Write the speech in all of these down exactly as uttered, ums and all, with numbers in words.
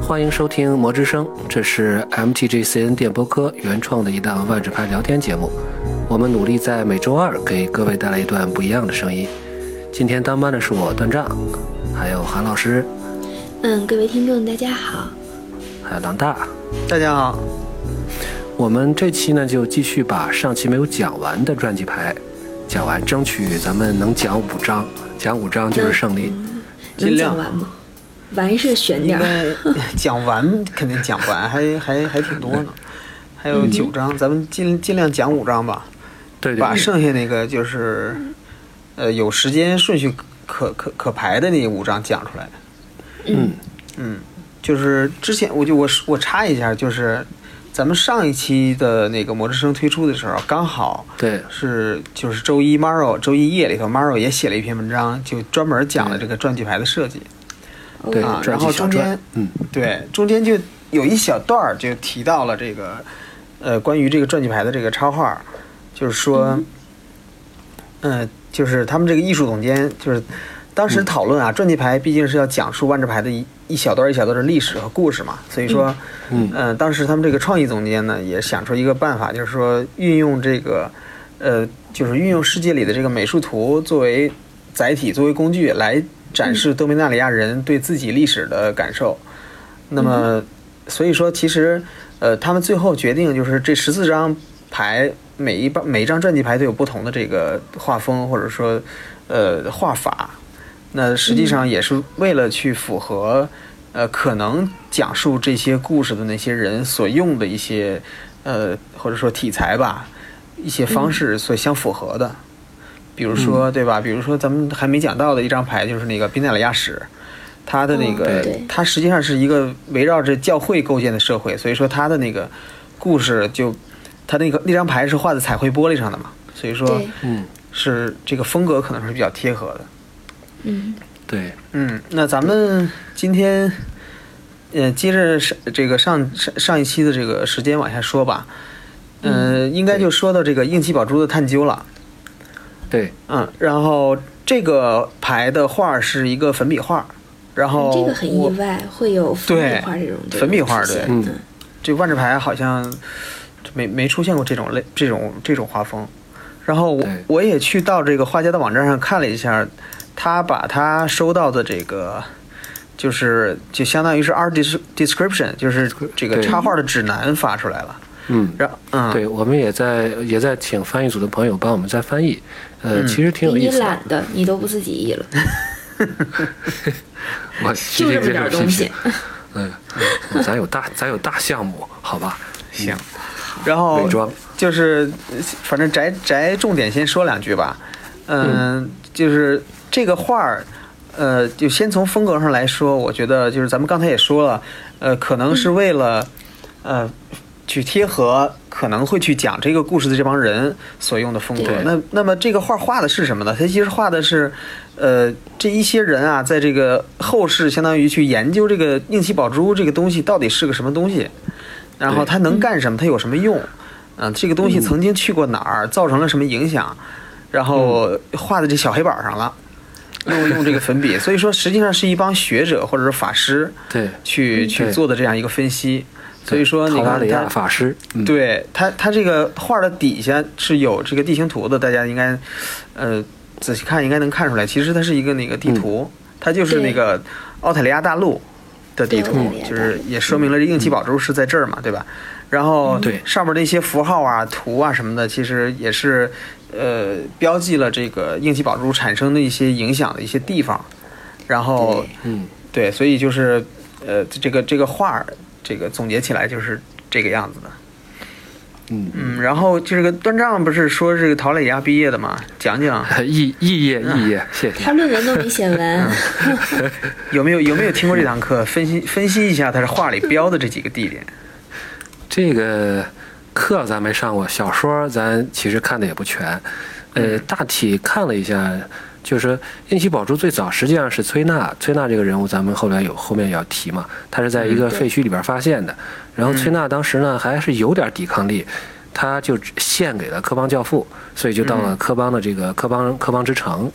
欢迎收听魔之声，这是 M T G C N 电波科原创的一档万智牌聊天节目。我们努力在每周二给各位带来一段不一样的声音。今天当班的是我段丈，还有韩老师。 嗯，各位听众大家好。 还有狼大， 大家好。 我们这期呢就继续把上期没有讲完的传记牌讲完，争取咱们能讲五章，讲五章就是胜利。 能讲完吗？完是悬点， 讲完肯定讲不完，还还还挺多呢，还有九章，嗯、咱们尽尽量讲五章吧。 对, 对, 对， 把剩下那个就是，呃，有时间顺序可可可排的那五章讲出来。 嗯嗯，就是之前我就我我插一下，就是咱们上一期的那个魔之声推出的时候，刚好对是就是周一 Maro 周一夜里头 Maro 也写了一篇文章，就专门讲了这个传记牌的设计。 对啊，然后中间， 嗯， 对，中间就有一小段就提到了这个，呃，关于这个传记牌的这个插画，就是说，嗯、呃，就是他们这个艺术总监就是当时讨论啊，嗯、传记牌毕竟是要讲述万智牌的一一小段一小段的历史和故事嘛，所以说， 嗯， 呃，当时他们这个创意总监呢也想出一个办法，就是说运用这个，呃，就是运用世界里的这个美术图作为载体，作为工具来展示多米纳里亚人对自己历史的感受。那么所以说其实呃他们最后决定就是这十四张牌每一每一张传记牌都有不同的这个画风或者说呃画法，那实际上也是为了去符合呃可能讲述这些故事的那些人所用的一些呃或者说题材吧，一些方式所相符合的。比如说，对吧？比如说，咱们还没讲到的一张牌就是那个宾奈里亚史，它的那个， 哦、 它实际上是一个围绕着教会构建的社会，所以说它的那个故事就，它那个那张牌是画在彩绘玻璃上的嘛，所以说， 嗯， 是这个风格可能是比较贴合的。 嗯， 对， 嗯，那咱们今天，呃，接着这个上上上一期的这个时间往下说吧，呃，应该就说到这个硬气宝珠的探究了。 对， 嗯，然后这个牌的画是一个粉笔画，然后这个很意外，会有粉笔画这种粉笔画，对， 嗯， 这万智牌好像没没出现过这种类这种这种画风。然后我我也去到这个画家的网站上看了一下，他把他收到的这个就是就相当于是 art description， 就是这个插画的指南发出来了。 嗯， 嗯， 对，我们也在也在请翻译组的朋友帮我们在翻译，呃， 嗯、 其实挺有意思的。 你懒的，你都不自己译了。 我就这么点东西。 嗯，咱有大咱有大项目，好吧？ 行。然后就是反正摘摘重点先说两句吧。嗯，嗯就是这个画儿，呃，就先从风格上来说，我觉得就是咱们刚才也说了，呃，可能是为了，嗯、呃。去贴合可能会去讲这个故事的这帮人所用的风格。那那么这个画画的是什么呢？它其实画的是，呃，这一些人啊，在这个后世相当于去研究这个硬气宝珠这个东西到底是个什么东西，然后它能干什么，它有什么用，嗯、呃，这个东西曾经去过哪儿，造成了什么影响，然后画在这小黑板上了。用用这个粉笔，所以说实际上是一帮学者或者是法师对去去做的这样一个分析。所以说，你看他法师， 嗯、对他他这个画的底下是有这个地形图的，大家应该呃仔细看应该能看出来，其实它是一个那个地图，嗯、它就是那个奥泰利亚大陆的地图，就是也说明了这硬气宝珠是在这儿嘛，对吧？然后对上面的一些符号啊、图啊什么的，其实也是呃标记了这个硬气宝珠产生的一些影响的一些地方。然后嗯， 对，所以就是呃这个这个画。这个总结起来就是这个样子的， 嗯嗯，然后这个段丈不是说这个陶磊亚毕业的吗？讲讲肄肄业肄业，谢谢。 他论文都没写完， 有没有有没有听过这堂课？分析分析一下他是画里标的这几个地点。 这个课咱没上过，小说咱其实看的也不全，呃，大体看了一下。就是说硬气宝珠最早实际上是崔娜，崔娜这个人物咱们后来有后面要提嘛，他是在一个废墟里边发现的，然后崔娜当时呢还是有点抵抗力，他就献给了科邦教父，所以就到了科邦的这个科邦科邦之城，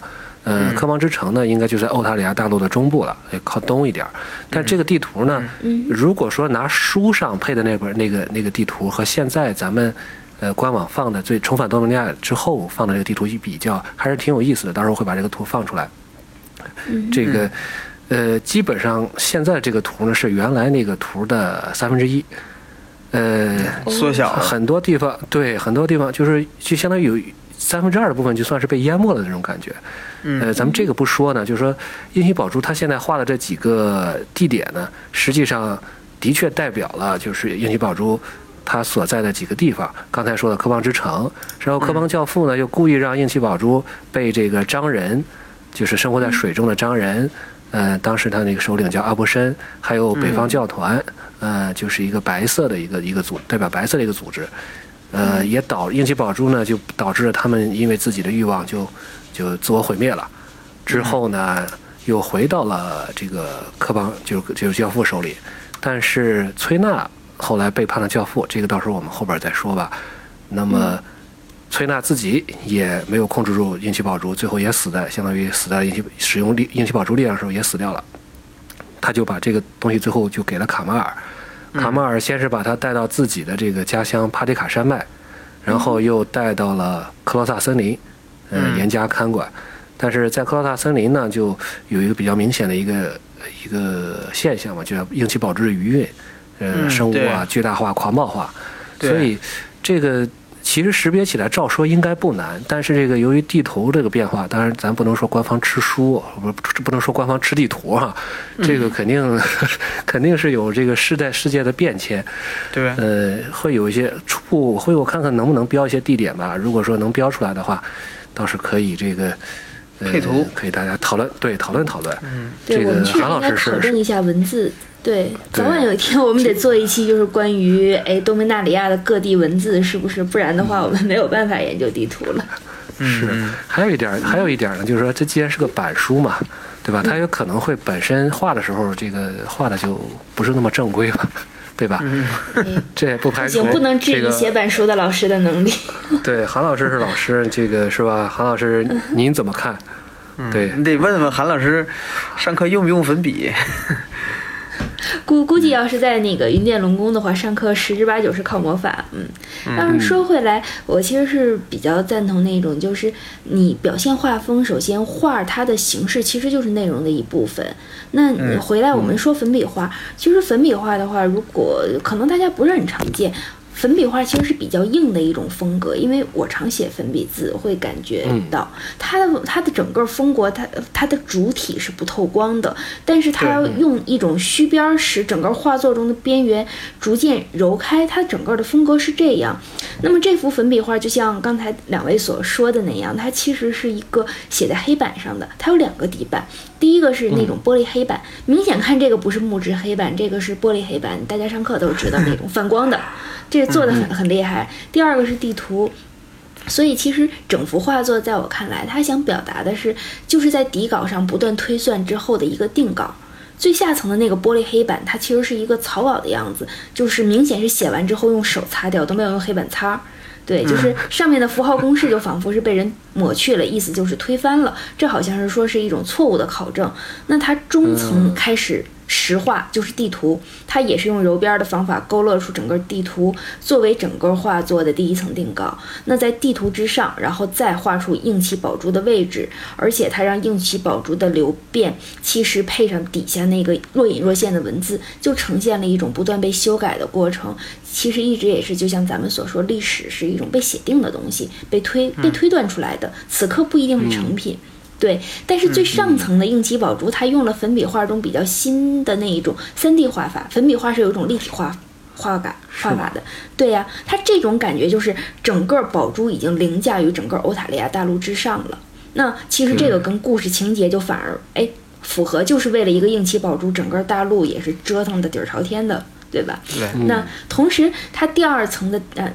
呃，科邦之城呢，应该就在欧塔里亚大陆的中部了，靠东一点。但这个地图呢，如果说拿书上配的那本那个那个地图和现在咱们呃官网放的最重返多米尼亚之后放的这个地图一比较，还是挺有意思的。到时候会把这个图放出来。这个呃，基本上现在这个图呢是原来那个图的三分之一。呃， 缩小了很多地方，对，很多地方就是就相当于有三分之二的部分就算是被淹没了的这种感觉。呃，咱们这个不说呢，就是说英奇宝珠它现在画的这几个地点呢，实际上的确代表了就是英奇宝珠它所在的几个地方。刚才说的科邦之城，然后科邦教父呢又故意让英奇宝珠被这个章人，就是生活在水中的章人，呃，当时他那个首领叫阿波申，还有北方教团。呃，就是一个白色的一个一个组，代表白色的一个组织，呃，也导英奇宝珠呢，就导致了他们因为自己的欲望就就自我毁灭了。之后呢，又回到了这个科邦，就就是教父手里。但是崔娜后来背叛了教父，这个到时候我们后边再说吧。那么崔娜自己也没有控制住英奇宝珠，最后也死在相当于死在英奇使用力英奇宝珠力量的时候也死掉了。他就把这个东西最后就给了卡马尔，卡马尔先是把他带到自己的这个家乡帕迪卡山脉，然后又带到了克罗萨森林，呃，严加看管。但是在克罗萨森林呢，就有一个比较明显的一个一个现象嘛，就是英奇宝珠的余韵，呃，生物啊巨大化、狂暴化，所以这个。其实识别起来照说应该不难，但是这个由于地图这个变化，当然咱不能说官方吃书，不不能说官方吃地图哈、啊，这个肯定、嗯、肯定是有这个世代世界的变迁， 对， 呃，会有一些初步会我看看能不能标一些地点吧，如果说能标出来的话，倒是可以这个。呃、 配图可以大家讨论，对讨论讨论。 嗯， 这个我们确实韩老师应该讨论是一下文字。对，早晚有一天我们得做一期，就是关于哎多米纳里亚的各地文字，是不是？不然的话，我们没有办法研究地图了。 是，还有一点，还有一点呢，就是说，这既然是个板书嘛，对吧？它有可能会本身画的时候，这个画的就不是那么正规吧。对吧？嗯、这也不排除。 行，不能质疑写板书的老师的能力。 这个、对，韩老师是老师，这个是吧？韩老师，您怎么看？ 嗯、 对， 你得问问韩老师，上课用不用粉笔？ 估估计要是在那个云剑龙宫的话，上课十之八九是靠魔法。嗯，但是说回来，我其实是比较赞同那种，就是你表现画风，首先画它的形式其实就是内容的一部分。那你回来我们说粉笔画，其实粉笔画的话，如果可能大家不是很常见。粉笔画其实是比较硬的一种风格，因为我常写粉笔字，会感觉到它的它的整个风格，它它的主体是不透光的，但是它要用一种虚边使整个画作中的边缘逐渐揉开，它整个的风格是这样。那么这幅粉笔画就像刚才两位所说的那样，它其实是一个写在黑板上的，它有两个底板，第一个是那种玻璃黑板，明显看这个不是木质黑板，这个是玻璃黑板，大家上课都知道那种反光的。这个做的很很厉害。第二个是地图，所以其实整幅画作在我看来，他想表达的是，就是在底稿上不断推算之后的一个定稿。最下层的那个玻璃黑板，它其实是一个草稿的样子，就是明显是写完之后用手擦掉，都没有用黑板擦。对，就是上面的符号公式就仿佛是被人抹去了，意思就是推翻了。这好像是说是一种错误的考证。那它中层开始实画，就是地图，它也是用揉边的方法勾勒出整个地图，作为整个画作的第一层定稿。那在地图之上，然后再画出硬气宝珠的位置，而且它让硬气宝珠的流变其实配上底下那个若隐若现的文字，就呈现了一种不断被修改的过程。其实一直也是就像咱们所说，历史是一种被写定的东西，被推被推断出来的，此刻不一定是成品。嗯对，但是最上层的硬气宝珠，它用了粉笔画中比较新的那一种 三 D 画法。粉笔画是有一种立体画画法画法的，对呀、啊，它这种感觉就是整个宝珠已经凌驾于整个欧塔利亚大陆之上了。那其实这个跟故事情节就反而哎符合，就是为了一个硬气宝珠，整个大陆也是折腾的底儿朝天的，对吧？ 对。 那同时，它第二层的呃。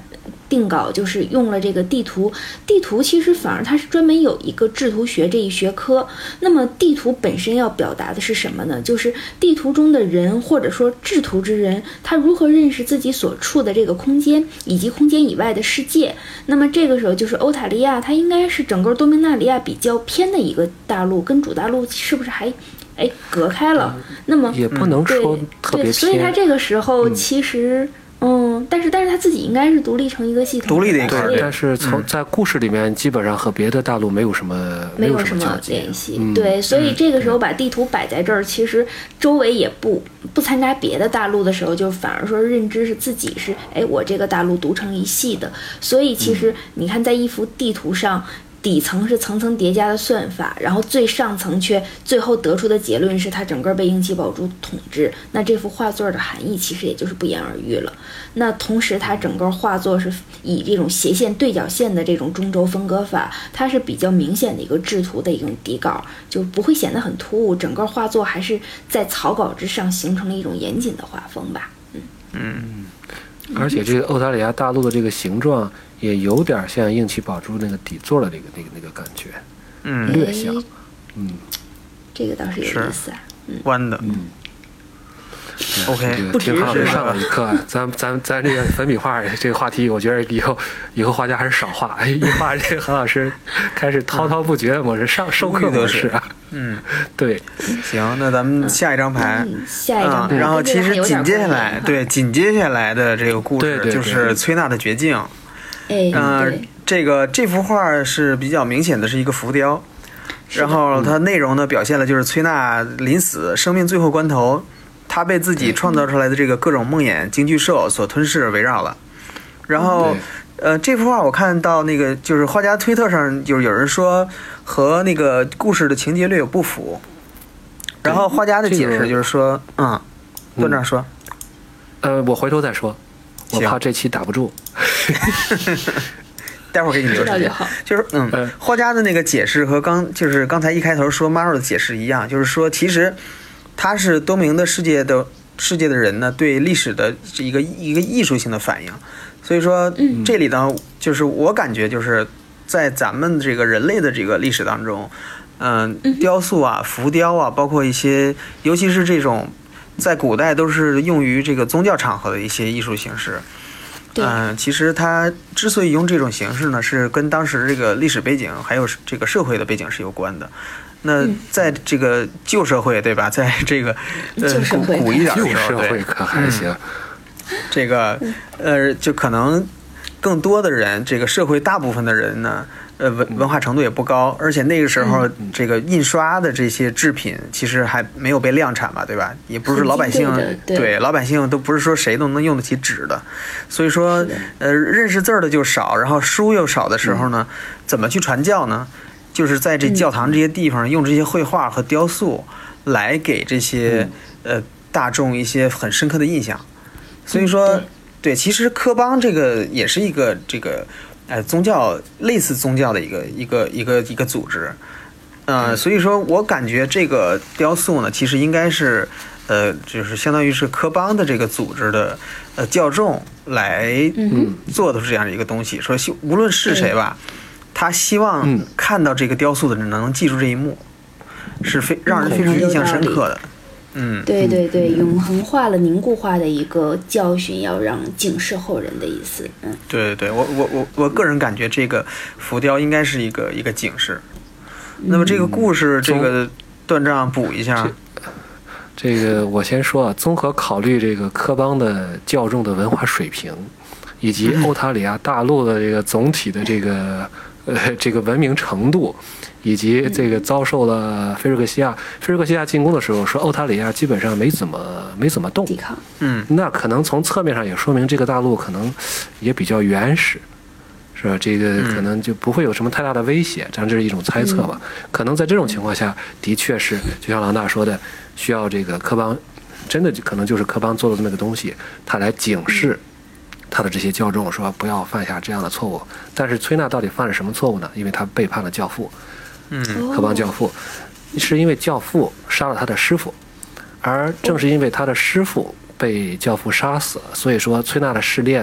定稿就是用了这个地图。地图其实反而它是专门有一个制图学这一学科。那么地图本身要表达的是什么呢？就是地图中的人，或者说制图之人，他如何认识自己所处的这个空间以及空间以外的世界。那么这个时候就是欧塔利亚，它应该是整个多明纳里亚比较偏的一个大陆，跟主大陆是不是还哎隔开了？嗯、那么也不能说特别偏， 所以它这个时候其实。嗯嗯，但是但是他自己应该是独立成一个系统， 独立的一块。 对，但是从在故事里面，基本上和别的大陆没有什么没有什么联系。嗯、对，所以这个时候把地图摆在这儿，其实周围也不不参加别的大陆的时候，就反而说认知是自己是哎，我这个大陆独成一系的。所以其实你看，在一幅地图上。底层是层层叠加的算法，然后最上层却最后得出的结论是它整个被英奇宝珠统治。那这幅画作的含义其实也就是不言而喻了。那同时它整个画作是以这种斜线对角线的这种中轴分割法，它是比较明显的一个制图的一种底稿，就不会显得很突兀。整个画作还是在草稿之上形成了一种严谨的画风吧。嗯嗯， 而且这个欧塔里亚大陆的这个形状。也有点像硬气宝珠那个底座的那个那个那个感觉， 嗯， 略像，嗯， 这个倒是有意思啊， 嗯，弯的， 嗯 ，OK， 不挺好的，上了一课。咱咱咱这个粉笔画这个话题，我觉得以后以后画家还是少画，哎，一画这个韩老师开始滔滔不绝的模式，上授课模式啊， 嗯， 对， 行，那咱们下一张牌， 嗯、下一张牌、 嗯，然后其实紧接下来，对，紧接下来的这个故事就是崔娜的绝境。 嗯、 呃，这个这幅画是比较明显的是一个浮雕，然后它内容呢表现了就是崔娜临死生命最后关头，她被自己创造出来的这个各种梦魇惊惧兽所吞噬围绕了。然后呃这幅画我看到那个就是画家推特上就是有人说和那个故事的情节略有不符，然后画家的解释就是说，嗯，段长说， 呃，我回头再说。我怕这期打不住， 待会儿给你留时间。就是嗯，画家的那个解释和刚就是刚才一开头说 Maro 的解释一样，就是说其实他是多明的世界的世界的人呢，对历史的一个一个艺术性的反应。所以说这里呢，就是我感觉就是在咱们这个人类的这个历史当中，嗯、呃，雕塑啊、浮雕啊，包括一些，尤其是这种。在古代都是用于这个宗教场合的一些艺术形式，嗯、呃，其实它之所以用这种形式呢，是跟当时这个历史背景还有这个社会的背景是有关的。那在这个旧社会，对吧？在这个呃古古一点的时候，对， 可还行。 嗯、这个呃，就可能更多的人，这个社会大部分的人呢。呃，文文化程度也不高，而且那个时候这个印刷的这些制品其实还没有被量产嘛，对吧？也不是老百姓对, 对老百姓都不是说谁都能用得起纸的，所以说呃认识字儿的就少，然后书又少的时候呢，怎么去传教呢？就是在这教堂这些地方用这些绘画和雕塑来给这些呃大众一些很深刻的印象。所以说，对，其实科邦这个也是一个这个。呃，宗教类似宗教的一个一个一个一个组织，呃，所以说我感觉这个雕塑呢，其实应该是，呃，就是相当于是科邦的这个组织的呃教众来做的这样的一个东西。说无论是谁吧，他希望看到这个雕塑的人能记住这一幕，是非让人非常印象深刻的。嗯， 对对对，永恒化了、凝固化的一个教训，要让警示后人的意思。嗯， 对对对，我我我我个人感觉这个浮雕应该是一个一个警示。那么这个故事，这个段丈补一下。 这个我先说啊，综合考虑这个科邦的教众的文化水平，以及欧塔里亚大陆的这个总体的这个呃这个文明程度。以及这个遭受了菲尔克西亚，菲尔克西亚进攻的时候，说欧塔里亚基本上没怎么没怎么动， 抵抗， 嗯， 那可能从侧面上也说明这个大陆可能也比较原始，是吧？这个可能就不会有什么太大的威胁，咱这是一种猜测吧。可能在这种情况下，的确是就像郎大说的，需要这个科邦，真的可能就是科邦做的这么个东西，他来警示。他的这些教众说不要犯下这样的错误，但是崔娜到底犯了什么错误呢？因为他背叛了教父， 嗯， 科邦教父，是因为教父杀了他的师傅，而正是因为他的师傅被教父杀死了，所以说崔娜的试炼呢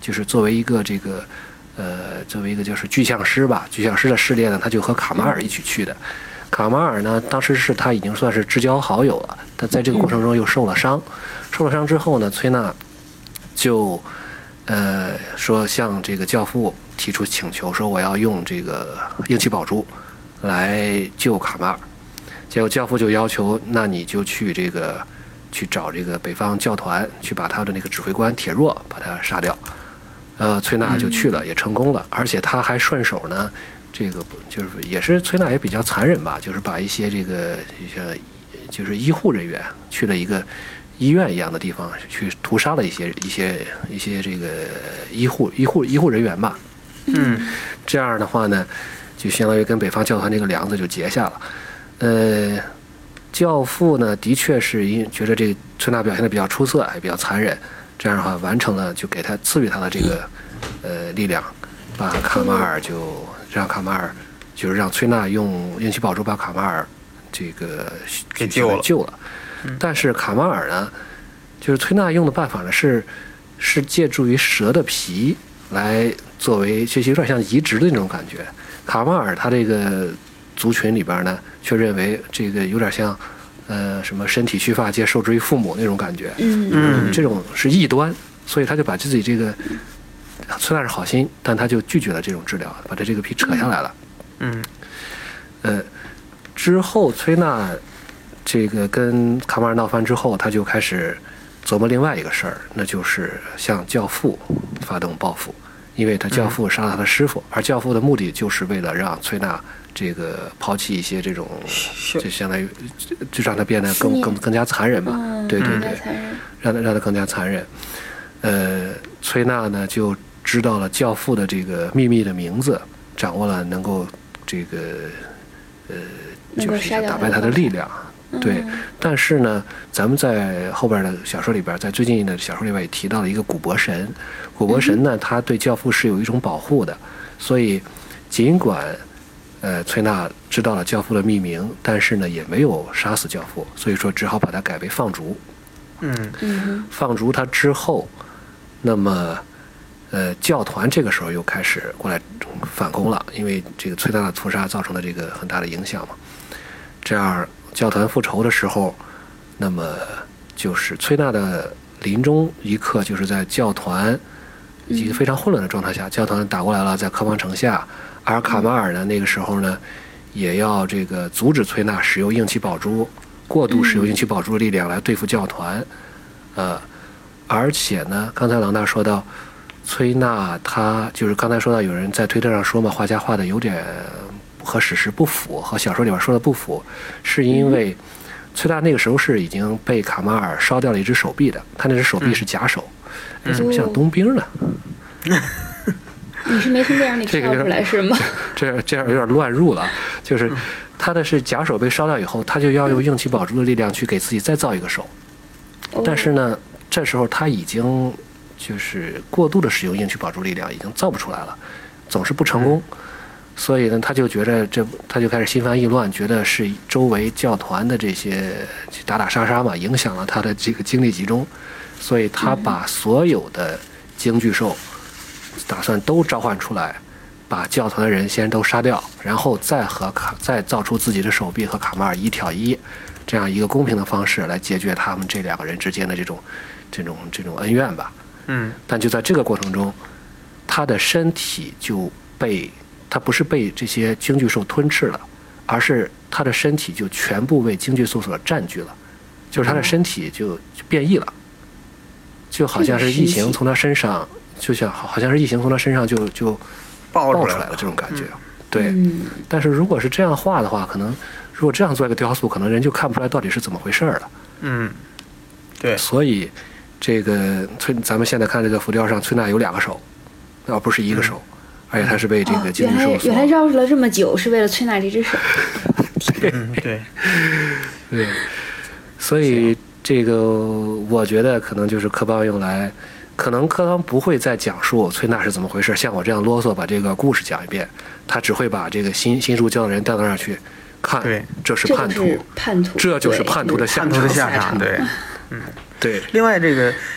就是作为一个这个呃作为一个就是巨象师吧，巨象师的试炼呢，他就和卡马尔一起去的。卡马尔呢，当时是他已经算是至交好友了，他在这个过程中又受了伤，受了伤之后呢，崔娜就呃说向这个教父提出请求，说我要用这个硬气宝珠来救卡马尔。结果教父就要求，那你就去这个去找这个北方教团，去把他的那个指挥官铁若把他杀掉。呃，崔娜就去了，也成功了，而且他还顺手呢，这个就是也是崔娜也比较残忍吧，就是把一些这个一些就是医护人员去了一个医院一样的地方去屠杀了一些一些一些这个医护医护医护人员吧。 嗯， 这样的话呢，就相当于跟北方教团这个梁子就结下了。呃，教父呢，的确是因觉得这个崔娜表现的比较出色，还比较残忍，这样的话完成了就给他赐予他的这个呃力量，把卡马尔就让卡马尔就是让崔娜用硬气宝珠把卡马尔这个给救了救了。但是卡马尔呢，就是崔娜用的办法呢是是借助于蛇的皮来作为，就是有点像移植的那种感觉。卡马尔他这个族群里边呢，却认为这个有点像，呃，什么身体须发皆受之于父母那种感觉， 嗯嗯这种是异端，所以他就把自己这个，虽然是好心，但他就拒绝了这种治疗，把他这个皮扯下来了。 嗯， 呃，之后崔娜这个跟卡马尔闹翻之后，他就开始琢磨另外一个事儿，那就是向教父发动报复。因为他教父杀了他的师傅，而教父的目的就是为了让崔娜这个抛弃一些这种，就相当于就让他变得更更更加残忍嘛。 嗯、 对对对，让他让他更加残忍。呃，崔娜呢就知道了教父的这个秘密的名字，掌握了能够这个呃就是打败他的力量。对，但是呢，咱们在后边的小说里边，在最近的小说里边也提到了一个古伯神。古伯神呢，他对教父是有一种保护的，所以尽管呃崔娜知道了教父的秘名，但是呢也没有杀死教父，所以说只好把他改为放逐。 嗯， 放逐他之后，那么呃教团这个时候又开始过来反攻了，因为这个崔娜的屠杀造成了这个很大的影响嘛。这样教团复仇的时候，那么就是崔娜的临终一刻，就是在教团一个非常混乱的状态下，教团打过来了，在科邦城下，而卡马尔呢，那个时候呢，也要这个阻止崔娜使用硬气宝珠，过度使用硬气宝珠的力量来对付教团，呃，而且呢，刚才郎大说到，崔娜她就是刚才说到有人在推特上说嘛，画家画的有点和史实不符，和小说里边说的不符，是因为崔娜那个时候是已经被卡马尔烧掉了一只手臂的，他那只手臂是假手，哎、嗯，怎么像冬兵呢？ 你是没从电影里跳出来是吗？ 这样这样有点乱入了，就是他的是假手被烧掉以后，他就要用硬气宝珠的力量去给自己再造一个手，但是呢，这时候他已经就是过度的使用硬气宝珠力量，已经造不出来了，总是不成功。所以呢，他就觉得这，他就开始心烦意乱，觉得是周围教团的这些打打杀杀嘛，影响了他的这个精力集中，所以他把所有的惊巨兽打算都召唤出来，把教团的人先都杀掉，然后再和卡再造出自己的手臂和卡马尔一挑一，这样一个公平的方式来解决他们这两个人之间的这种这种这种恩怨吧。 嗯， 但就在这个过程中，他的身体就被。他不是被这些惊巨兽吞噬了，而是他的身体就全部被惊巨兽所占据了，就是他的身体就就变异了，就好像是异形从他身上，就像好像是异形从他身上就就爆出来了这种感觉。嗯、对、 嗯， 但是如果是这样画的话，可能如果这样做一个雕塑，可能人就看不出来到底是怎么回事了。 嗯，对。 所以这个崔，咱们现在看这个浮雕上，崔娜有两个手，而不是一个手。嗯，而且他是被这个惊巨兽所、 哦、原来原来绕了这么久，是为了崔娜这只手。 对、 嗯、对对，所以这个我觉得可能就是科邦用来，可能科邦不会再讲述崔娜是怎么回事，像我这样啰嗦把这个故事讲一遍，他只会把这个新新书交的人带到那儿去看， 对， 这是叛徒， 叛徒， 这就是叛徒的下叛徒的下场，对，嗯。 对， 另外这个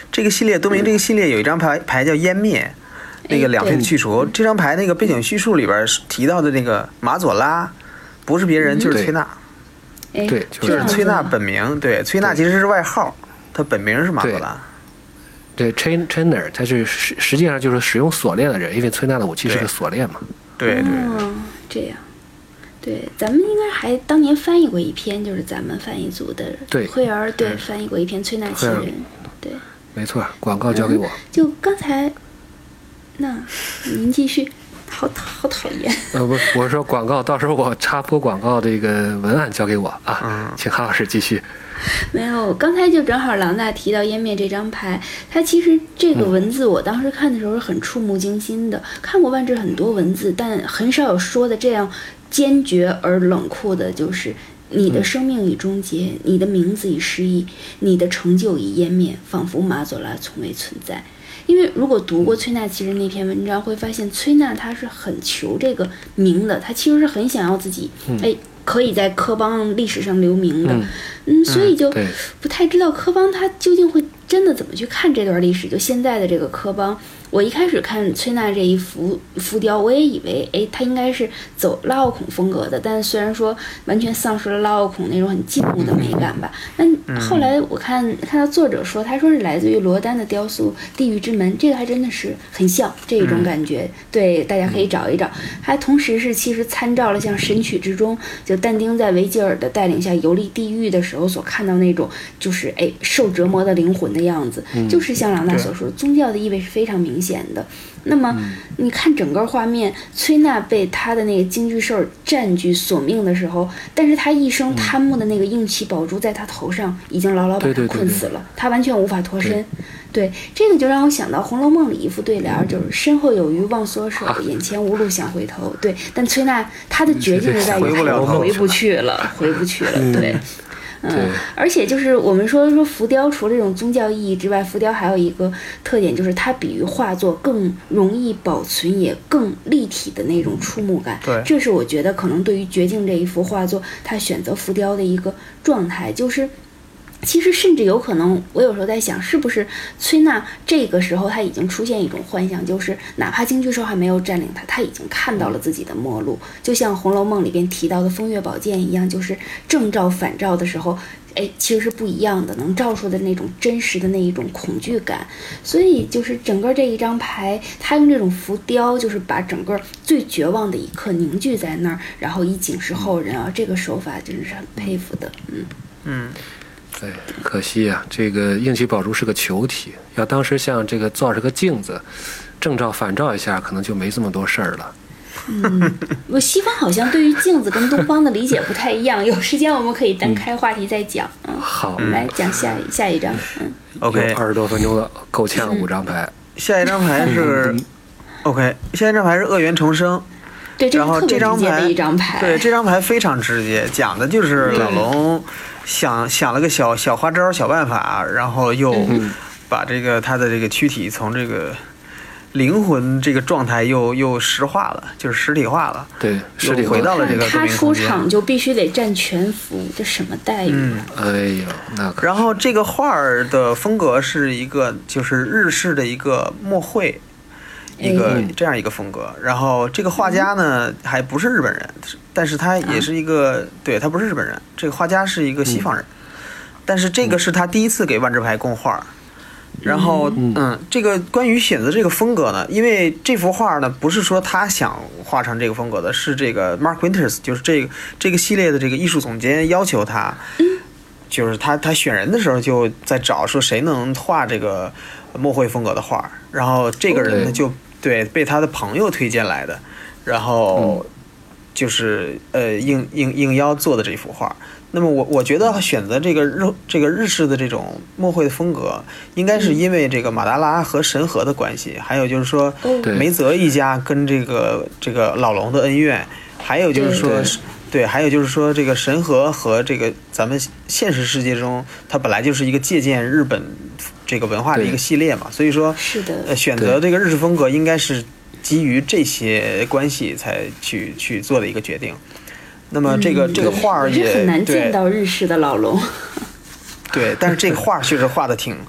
这个系列多明这个系列有一张牌牌叫湮灭，那个两片去除。这张牌那个背景叙述里边提到的那个马佐拉，不是别人就是崔娜。 哎， 对， 就是崔娜本名。对，崔娜其实是外号，她本名是马佐拉。 对 ，Chain Chainer， 他是实实际上就是使用锁链的人，因为崔娜的武器是个锁链嘛。 对对对、 哦，这样。对，咱们应该还当年翻译过一篇，就是咱们翻译组的对慧儿对翻译过一篇《崔娜奇人》。对， 没错，广告交给我。 嗯、就刚才，那您继续。好好讨厌。 呃不，我说广告，到时候我插播广告这个文案交给我啊， 嗯、 请韩老师继续。 没有，刚才就正好郎大提到湮灭这张牌，它其实这个文字我当时看的时候是很触目惊心的。嗯、看过万智很多文字，但很少有说的这样坚决而冷酷的，就是你的生命已终结，嗯、你的名字已失忆，你的成就已湮灭，仿佛马佐拉从未存在。因为如果读过崔娜其实那篇文章，会发现崔娜她是很求这个名的，她其实是很想要自己，嗯、哎，可以在科邦历史上留名的，嗯，嗯所以就不太知道科邦他究竟会真的怎么去看这段历史，就现在的这个科邦。我一开始看崔娜这一浮浮雕，我也以为，哎，他应该是走拉奥孔风格的，但虽然说完全丧失了拉奥孔那种很静穆的美感吧，但后来我看看到作者说，他说是来自于罗丹的雕塑《地狱之门》，这个还真的是很像这一种感觉。对，大家可以找一找。还同时是其实参照了像《神曲》之中，就但丁在维吉尔的带领下游历地狱的时候所看到那种，就是哎受折磨的灵魂的样子，就是像朗大所说，宗教的意味是非常明显。显的，那么、嗯、你看整个画面，崔娜被他的那个京剧兽占据索命的时候，但是他一生贪慕的那个硬气宝珠在他头上已经牢牢把他困死了，他完全无法脱身。对, 对，这个就让我想到《红楼梦》里一副对联，就是身后有余忘缩手，啊、眼前无路想回头。对，但崔娜她的绝境就在于她回不去了，回不去了。对。嗯，而且就是我们说说浮雕，除了这种宗教意义之外，浮雕还有一个特点，就是它比于画作更容易保存，也更立体的那种触目感。 对， 这是我觉得可能对于绝境这一幅画作，它选择浮雕的一个状态，就是。其实甚至有可能，我有时候在想，是不是崔娜这个时候她已经出现一种幻象，就是哪怕京剧兽还没有占领她，她已经看到了自己的末路，就像《红楼梦》里边提到的风月宝剑一样，就是正照反照的时候，哎，其实是不一样的，能照出的那种真实的那一种恐惧感。所以就是整个这一张牌，他用这种浮雕，就是把整个最绝望的一刻凝聚在那儿，然后以警示后人啊，这个手法真是很佩服的。嗯嗯。 对，可惜啊，这个硬气宝珠是个球体，要当时像这个造是个镜子，正照反照一下，可能就没这么多事儿了。 嗯，我西方好像对于镜子跟东方的理解不太一样，有时间我们可以单开话题再讲。嗯， 好， 我们来讲下下一张。嗯 ，OK， 二十多分钟的够呛五张牌。 下一张牌是 OK， 下一张牌是恶缘重生。 对， 然后这张牌， 一张牌对，这张牌非常直接，讲的就是老龙想想了个小小花招、小办法，然后又把这个他的这个躯体从这个灵魂这个状态又又实化了，就是实体化了。 对，实体又回到了这个他出场就必须得占全幅，这什么待遇？ 嗯， 哎呦，那可。 然后这个画儿的风格是一个就是日式的一个墨绘。一个这样一个风格，然后这个画家呢还不是日本人，但是他也是一个，对，他不是日本人，这个画家是一个西方人，但是这个是他第一次给万智牌供画，然后嗯，这个关于选择这个风格呢，因为这幅画呢不是说他想画成这个风格的，是这个 Mark Winters， 就是这个这个系列的这个艺术总监要求他，就是他他选人的时候就在找说谁能画这个墨绘风格的画，然后这个人呢就。对，被他的朋友推荐来的，然后就是呃应应应邀做的这幅画。那么我我觉得选择这个日这个日式的这种墨绘的风格，应该是因为这个马达拉和神和的关系，还有就是说梅泽一家跟这个这个老龙的恩怨，还有就是说对，还有就是说这个神和和这个咱们现实世界中，它本来就是一个借鉴日本。这个文化的一个系列嘛，所以说是的， 呃，选择这个日式风格应该是基于这些关系才去去做的一个决定。那么这个、嗯、这个画也很难见到日式的老龙。 对，但是这个画确实画的挺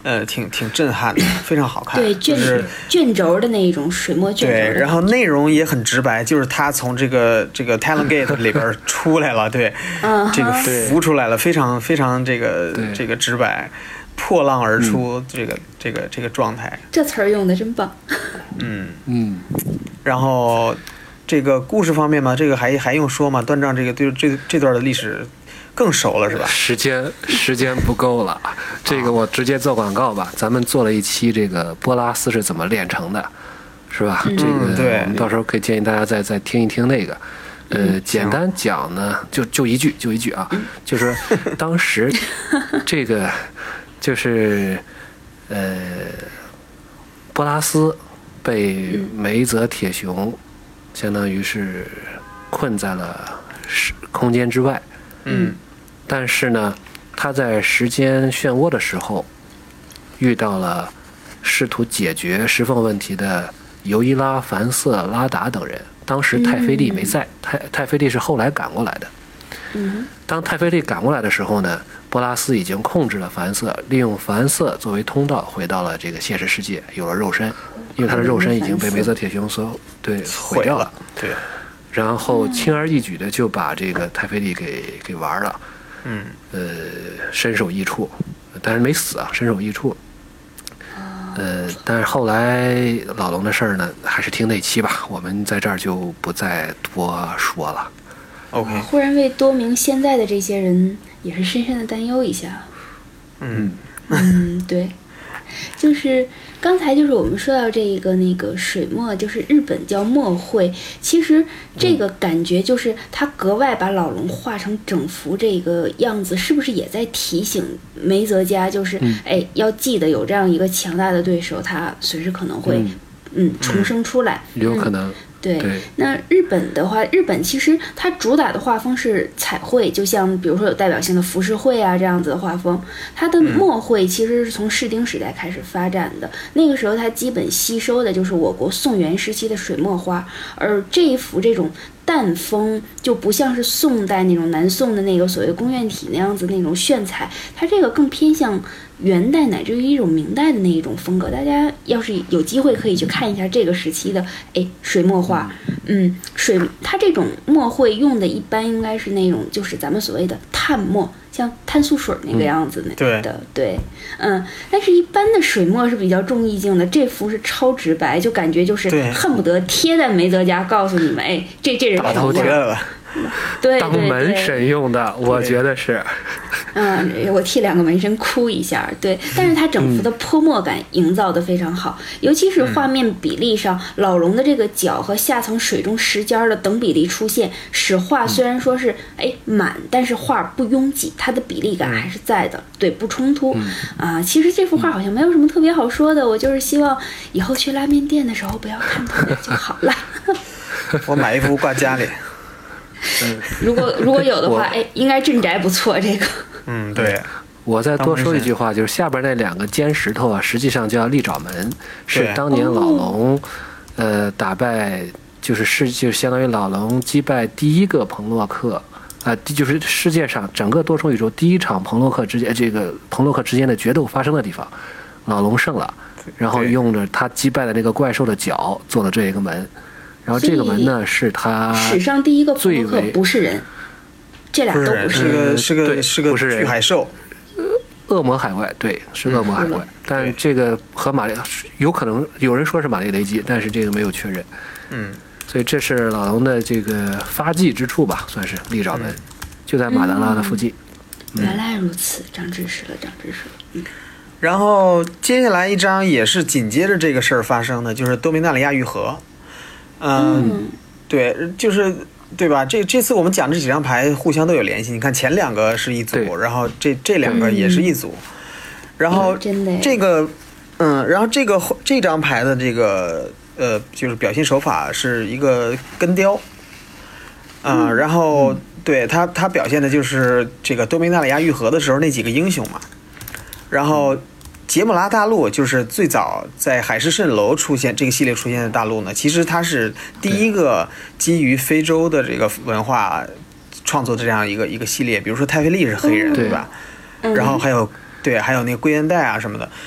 呃，挺挺震撼的，非常好看。 对，卷、 就是卷轴的那一种水墨卷轴的。 对，然后内容也很直白，就是他从这个这个 Talent Gate 里边出来了，对， 嗯， 这个浮出来了，非常非常这个这个直白，破浪而出，嗯、这个这个这个状态。 这词儿用的真棒。 嗯嗯， 然后这个故事方面嘛，这个还还用说吗？断章这个对这这段的历史更熟了是吧？ 时间时间不够了，这个我直接做广告吧。咱们做了一期这个波拉斯是怎么炼成的，是吧？ 嗯、 这个对， 我们到时候可以建议大家再再听一听那个。呃，简单讲呢，就就一句就一句啊，就是当时这个就是呃波拉斯被梅泽铁雄相当于是困在了空间之外。 嗯， 但是呢，他在时间漩涡的时候，遇到了试图解决石缝问题的尤伊拉、凡瑟、拉达等人。当时泰菲利没在，泰泰菲利是后来赶过来的。 嗯， 当泰菲利赶过来的时候呢，波拉斯已经控制了凡瑟，利用凡瑟作为通道回到了这个现实世界，有了肉身，因为他的肉身已经被梅泽铁雄所对毁掉了。 对。 然后轻而易举的就把这个泰菲利给给玩了， 嗯， 呃，身首异处，但是没死啊，身首异处。呃，但是后来老龙的事儿呢，还是听那期吧，我们在这儿就不再多说了。 OK， 忽然为多名现在的这些人也是深深的担忧一下。 嗯嗯，对。就是刚才就是我们说到这个那个水墨，就是日本叫墨绘，其实这个感觉就是他格外把老龙画成整幅这个样子，是不是也在提醒梅泽家，就是哎要记得有这样一个强大的对手，他随时可能会嗯, 嗯重生出来， 有可能。 嗯对，那日本的话，日本其实它主打的画风是彩绘，就像比如说有代表性的浮世绘啊这样子的画风。它的墨绘其实是从室町时代开始发展的，那个时候它基本吸收的就是我国宋元时期的水墨画，而这一幅这种淡风就不像是宋代那种南宋的那个所谓宫苑体那样子那种炫彩，它这个更偏向元代乃至于一种明代的那一种风格。大家要是有机会可以去看一下这个时期的哎水墨画，嗯，水它这种墨绘用的一般应该是那种就是咱们所谓的炭墨，像碳素水那个样子的， 对的，对，嗯，但是一般的水墨是比较重意境的，这幅是超直白，就感觉就是恨不得贴在梅泽家，告诉你们，哎，这这人大头贴了。 对， 当门神用的，我觉得是。 嗯，我替两个门神哭一下，对。但是它整幅的泼墨感营造得非常好，嗯、尤其是画面比例上，老龙的这个角和下层水中石尖的等比例出现，使画虽然说是哎满，但是画不拥挤，它的比例感还是在的，对，不冲突。 嗯、 啊，其实这幅画好像没有什么特别好说的，我就是希望以后去拉面店的时候不要看它就好了。 我买一幅挂家里。 嗯， 如果如果有的话，哎，应该镇宅不错。这个， 嗯，对。 我再多说一句话，就是下边那两个尖石头啊，实际上叫利爪门，是当年老龙，呃，打败就是世就相当于老龙击败第一个彭洛克，啊、呃，就是世界上整个多重宇宙第一场彭洛克之间这个彭洛克之间的决斗发生的地方，老龙胜了，然后用着他击败的那个怪兽的脚做了这一个门。然后这个门呢，是他史上第一个彭洛克不是人，这俩都不是人，是个是个是个巨海兽， 恶魔海怪，对，是恶魔海怪。嗯、但是这个和玛丽有可能有人说是玛丽雷基，但是这个没有确认。 嗯， 所以这是老龙的这个发迹之处吧，算是利爪门，嗯、就在马德拉的附近。 嗯、原来如此，长知识了，长知识了。嗯。 然后接下来一章也是紧接着这个事儿发生的，就是多米纳里亚愈合。嗯， 嗯对，就是对吧？这这次我们讲这几张牌互相都有联系。你看前两个是一组，然后这这两个也是一组， 嗯、 然后这个， 嗯， 然后这个这张牌的这个呃，就是表现手法是一个根雕，啊、呃， 嗯、 然后对他他表现的就是这个多米纳里亚愈合的时候那几个英雄嘛，然后。杰姆拉大陆就是最早在海市蜃楼出现这个系列出现的大陆呢，其实它是第一个基于非洲的这个文化创作的这样一个一个系列，比如说泰菲利是黑人， 嗯、 对吧？然后还有对，还有那个龟烟带啊什么的，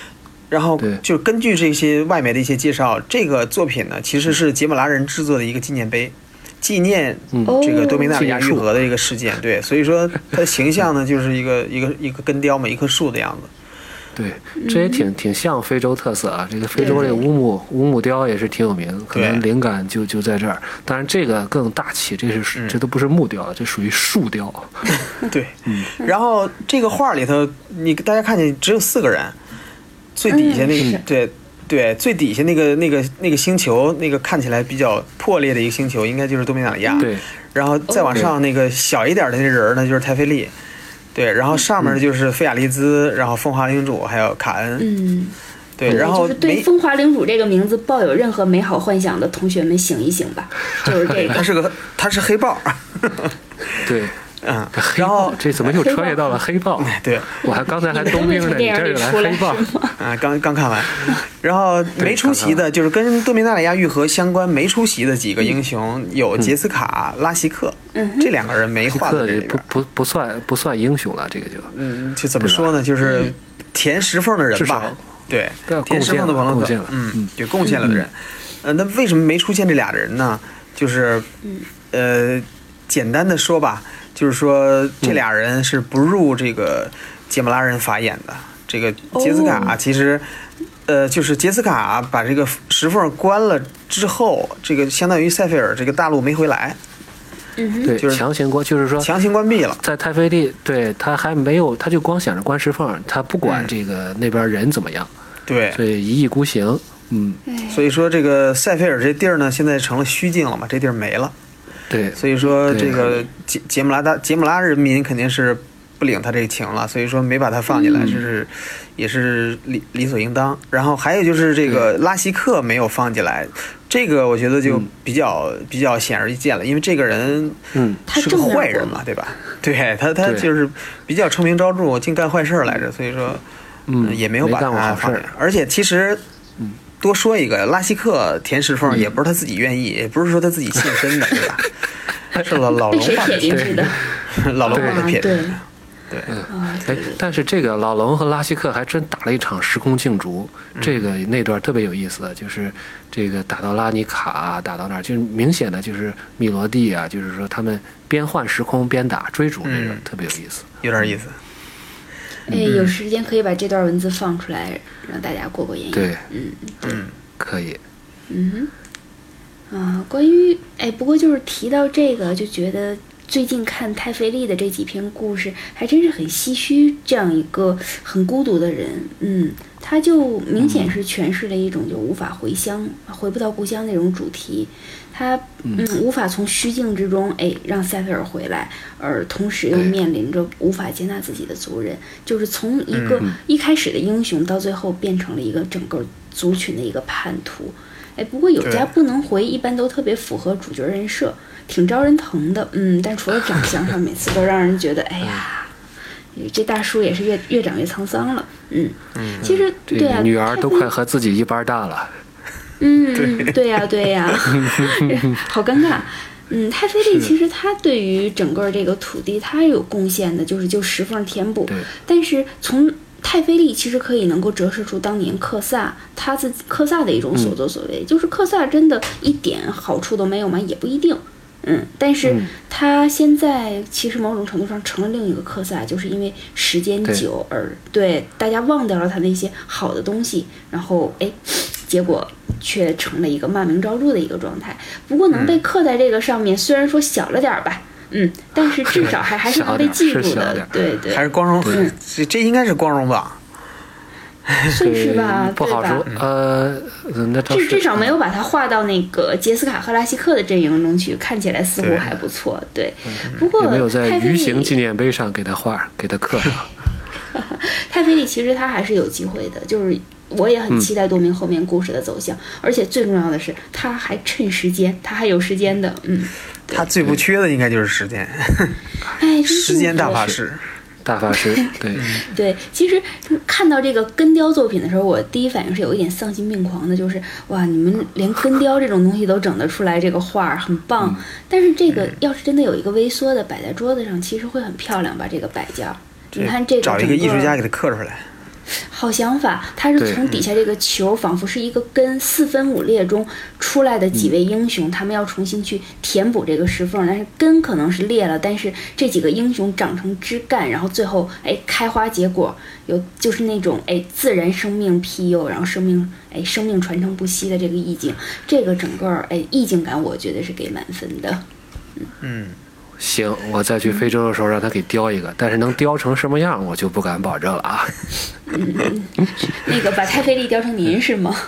然后就根据这些外媒的一些介绍，这个作品呢其实是杰姆拉人制作的一个纪念碑，纪念这个多米纳里亚愈合的一个事件。对，所以说它的形象呢就是一个一个一个根雕嘛，一棵树的样子。 对，这也挺挺像非洲特色啊。这个非洲这个乌木乌木雕也是挺有名，可能灵感就就在这儿。当然这个更大气，这是、嗯、这都不是木雕，这属于树雕。 对，嗯。然后这个画里头，你大家看见只有四个人，最底下那个、嗯、对对最底下那个那个那个星球，那个看起来比较破裂的一个星球，应该就是多米纳里亚。 对。 然后再往上那个小一点的那人呢，就是泰菲利。对，然后上面就是菲亚利兹，然后风华领主，还有卡恩。 嗯， 对，然后就是对风华领主这个名字抱有任何美好幻想的同学们醒一醒吧，就是这个。 他是个，他是黑豹。 对， 嗯， 然后这怎么又穿越到了黑豹？ 对， 我还刚才还冬兵呢，你这又来黑豹。 啊，刚刚看完。然后没出席的，就是跟多米纳里亚愈合相关没出席的几个英雄有杰斯卡、拉希克。 嗯， 这两个人没画在这里边， 不不不算不算英雄了，这个就嗯，就怎么说呢？就是填石缝的人吧，对，填石缝的朋友，嗯，就贡献了的人。呃，那为什么没出现这俩人呢？就是呃，简单的说吧，就是说这俩人是不入这个杰姆拉人法眼的。这个杰斯卡其实。呃，就是杰斯卡把这个石缝关了之后，这个相当于塞菲尔这个大陆没回来。 嗯， 对， 就是强行关，就是说强行关闭了。 在泰菲利，对他还没有，他就光想着关石缝，他不管这个那边人怎么样。 对， 所以一意孤行。嗯， 所以说这个塞菲尔这地儿呢，现在成了虚境了嘛，这地儿没了。 对， 所以说这个杰杰姆拉大杰姆拉人民肯定是不领他这情了，所以说没把他放进来，这、嗯、是也是理理所应当。然后还有就是这个拉希克没有放进来，这个我觉得就比较、嗯、比较显而易见了，因为这个人嗯是个坏人嘛，对吧？对他他就是比较臭名昭著，净干坏事来着，所以说嗯也没有把他放进来。而且其实嗯多说一个，拉希克填石缝也不是他自己愿意，嗯、也不是说他自己献身的，对吧？是老老龙把他撇进去的， 老龙把他撇进去的。 对，哎，但是这个老龙和拉希克还真打了一场时空竞逐，嗯、这个那段特别有意思，就是这个打到拉尼卡，打到那儿，就是明显的就是米罗蒂啊，就是说他们边换时空边打追逐，那个、嗯、特别有意思， 有点意思。 哎，有时间可以把这段文字放出来，让大家过过瘾。 对， 嗯， 对， 可以。 嗯哼，啊，关于哎，不过就是提到这个，就觉得。最近看泰菲利的这几篇故事，还真是很唏嘘这样一个很孤独的人。嗯，他就明显是诠释了一种就无法回乡、回不到故乡那种主题。他嗯无法从虚境之中哎让塞菲尔回来，而同时又面临着无法接纳自己的族人，就是从一个一开始的英雄到最后变成了一个整个族群的一个叛徒。哎，不过有家不能回一般都特别符合主角人设。挺招人疼的，嗯，但除了长相上，每次都让人觉得，哎呀，这大叔也是越越长越沧桑了，嗯， 嗯其实对啊， 女儿都快和自己一般大了， 嗯，对呀、啊，对呀、啊，好尴尬，嗯，泰菲利其实他对于整个这个土地他有贡献的，就是就石缝填补，但是从泰菲利其实可以能够折射出当年克萨他自己克萨的一种所作所为，嗯、就是克萨真的一点好处都没有吗？也不一定。嗯，但是他现在其实某种程度上成了另一个克萨，就是因为时间久而 对, 对大家忘掉了他那些好的东西，然后哎，结果却成了一个骂名昭著的一个状态。不过能被刻在这个上面，嗯、虽然说小了点吧，嗯，但是至少还还是能被记住的，对对， 还是光荣，嗯，这这应该是光荣吧。 算是吧， 不好说。呃，那至至少没有把它划到那个杰斯卡和拉希克的阵营中去，看起来似乎还不错。对，不过有没有在鱼形纪念碑上给他画，给他刻上？ 泰菲利其实他还是有机会的，就是我也很期待多明后面故事的走向，嗯、而且最重要的是他还趁时间，他还有时间的。嗯， 他最不缺的应该就是时间。 哎， 时间大法师。 大法师，对对，其实看到这个根雕作品的时候，我第一反应是有一点丧心病狂的，就是哇，你们连根雕这种东西都整得出来，这个画很棒。嗯、但是这个要是真的有一个微缩的摆在桌子上，其实会很漂亮吧？这个摆件，你看这个找一个艺术家给它刻出来。 好想法，他是从底下这个球，仿佛是一个根，四分五裂中出来的几位英雄，嗯、他们要重新去填补这个石缝，但是根可能是裂了，但是这几个英雄长成枝干，然后最后哎开花结果，有就是那种哎自然生命庇佑，然后生命哎生命传承不息的这个意境，这个整个哎意境感，我觉得是给满分的。嗯。 嗯行，我再去非洲的时候让他给雕一个，但是能雕成什么样，我就不敢保证了啊。 嗯，那个把太妃丽雕成您是吗？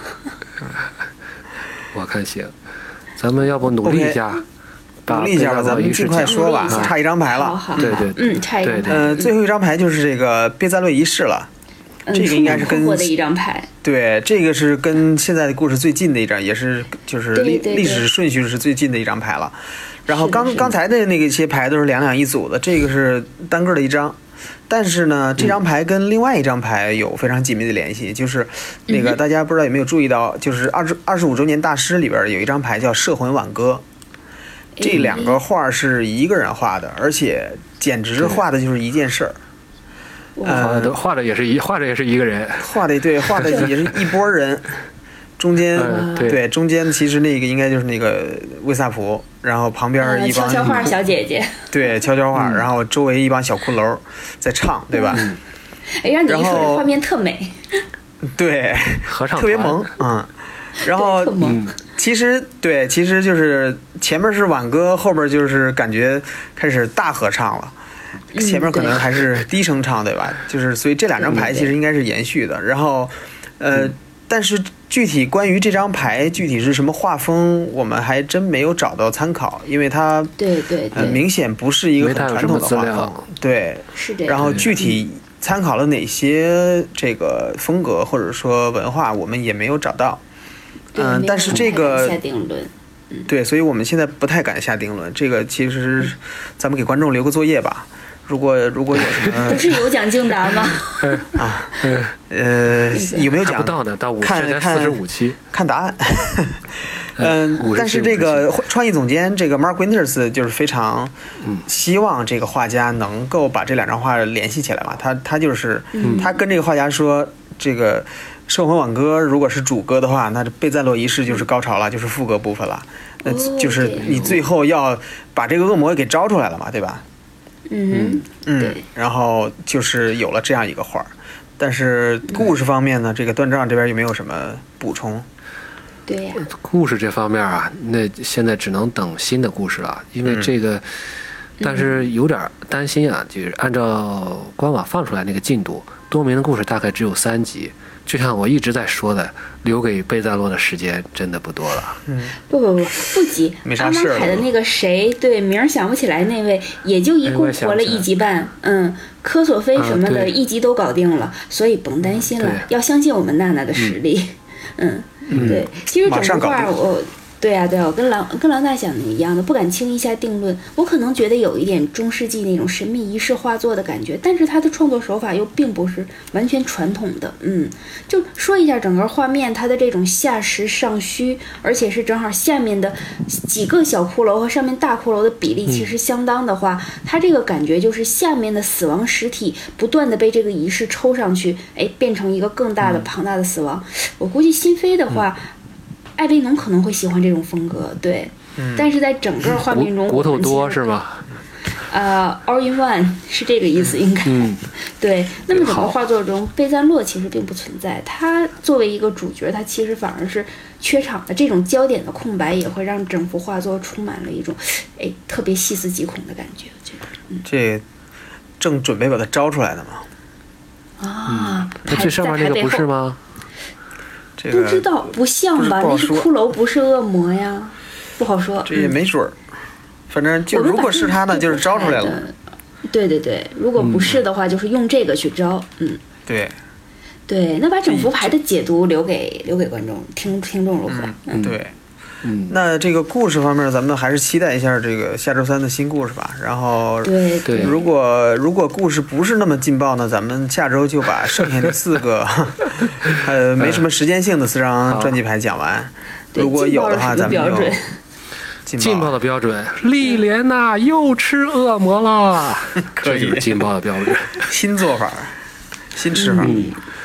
我看行，咱们要不努力一下， okay, 努力一下吧，咱们尽快说吧，差一张牌了。 好好， 对对， 嗯，差一张牌。 呃，最后一张牌就是这个贝赞洛仪式了。 嗯、 这个应该是跟的一张牌， 对，这个是跟现在的故事最近的一张，也是就是历历史顺序是最近的一张牌了。然后刚刚才的那个些牌都是两两一组的，这个是单个的一张，但是呢，这张牌跟另外一张牌有非常紧密的联系，就是那个大家不知道有没有注意到，就是二十二十五周年大师里边有一张牌叫《摄魂挽歌》，这两个画是一个人画的，而且简直画的就是一件事儿。 呃，画的也是一画的也是一个人， 画的对，画的也是一波人。中间、 嗯、对, 对中间其实那个应该就是那个卫萨普，然后旁边一帮、 呃、悄悄话小姐姐， 对悄悄话、嗯，然后周围一帮小骷髅在唱，对吧？ 嗯、哎，让你一说这画面特美， 对， 合唱特别萌，嗯。然后嗯， 其实对，其实就是前面是挽歌，后边就是感觉开始大合唱了。前面可能还是低声唱，对吧？就是所以这两张牌其实应该是延续的。然后，呃。嗯，但是具体关于这张牌具体是什么画风，我们还真没有找到参考，因为它对对呃明显不是一个很传统的画风，对， 是的。 然后具体参考了哪些这个风格或者说文化，我们也没有找到。嗯、呃，但是这个下定论， 嗯，对，所以我们现在不太敢下定论。这个其实咱们给观众留个作业吧。如果如果有什么， 不是有奖竞答吗？ 啊，呃，有没有奖？ 不到的，到五看四十五期， 看答案。嗯，但是这个创意总监这个 Mark Winters 就是非常希望这个画家能够把这两张画联系起来嘛。他他就是他跟这个画家说，这个《摄魂挽歌》如果是主歌的话，那这贝赞洛仪式就是高潮了，就是副歌部分了。那就是你最后要把这个恶魔给招出来了嘛，对吧？ 嗯嗯，然后就是有了这样一个画，但是故事方面呢，这个段丈这边有没有什么补充？ 对呀， 故事这方面啊，那现在只能等新的故事了，因为这个， 嗯、 但是有点担心啊，就是按照官网放出来那个进度，多明的故事大概只有三集。就像我一直在说的，留给贝赞洛的时间真的不多了。 嗯， 不不不，不急。阿马凯的那个谁，对名儿想不起来那位，也就一共活了一集半。嗯，科索菲什么的，一集都搞定了，啊、所以甭担心了，要相信我们娜娜的实力。嗯，嗯对，其实整个画我。对呀、啊，对啊，我跟郎跟郎大想的一样的，不敢轻易下定论。我可能觉得有一点中世纪那种神秘仪式画作的感觉，但是他的创作手法又并不是完全传统的。嗯，就说一下整个画面，它的这种下实上虚，而且是正好下面的几个小骷髅和上面大骷髅的比例其实相当的话，嗯、它这个感觉就是下面的死亡实体不断的被这个仪式抽上去，哎，变成一个更大的庞大的死亡。我估计新飞的话。嗯艾薇农可能会喜欢这种风格，对，嗯、但是在整个画面中， 骨头多是吗？ 呃 ，all in one 是这个意思，应该。 嗯， 对。那么整个画作中，贝赞洛其实并不存在，他作为一个主角，他其实反而是缺场的。这种焦点的空白也会让整幅画作充满了一种，哎，特别细思极恐的感觉。我觉得，嗯、 这正准备把它招出来的嘛。啊， 那、嗯、这上面那个不是吗？ 这个、 不知道，不像吧？ 是那是骷髅，不是恶魔呀，不好说。 这也没准儿，嗯、反正就如果是他呢，就是招出来了。 对对对，如果不是的话，嗯、就是用这个去招。嗯， 对。 对，那把整幅牌的解读留给留给观众听听众如何？ 嗯， 嗯对。 嗯， 那这个故事方面，咱们还是期待一下这个下周三的新故事吧。然后， 对对， 如果如果故事不是那么劲爆呢，咱们下周就把剩下的四个呃没什么时间性的四张专辑牌讲完。如果有的话，咱们就劲爆的标准。莉莲娜又吃恶魔了， 可以劲爆的标准， 新做法，新吃法。 嗯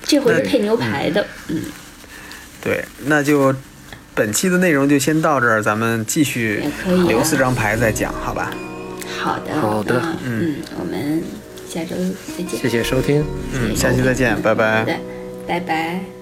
这回是配牛排的，嗯， 对，那就本期的内容就先到这儿，咱们继续也可以啊留四张牌再讲，好吧？ 好的， 好的那嗯，我们下周再见， 谢谢收听。 嗯，下期再见，拜拜。 好的，拜拜。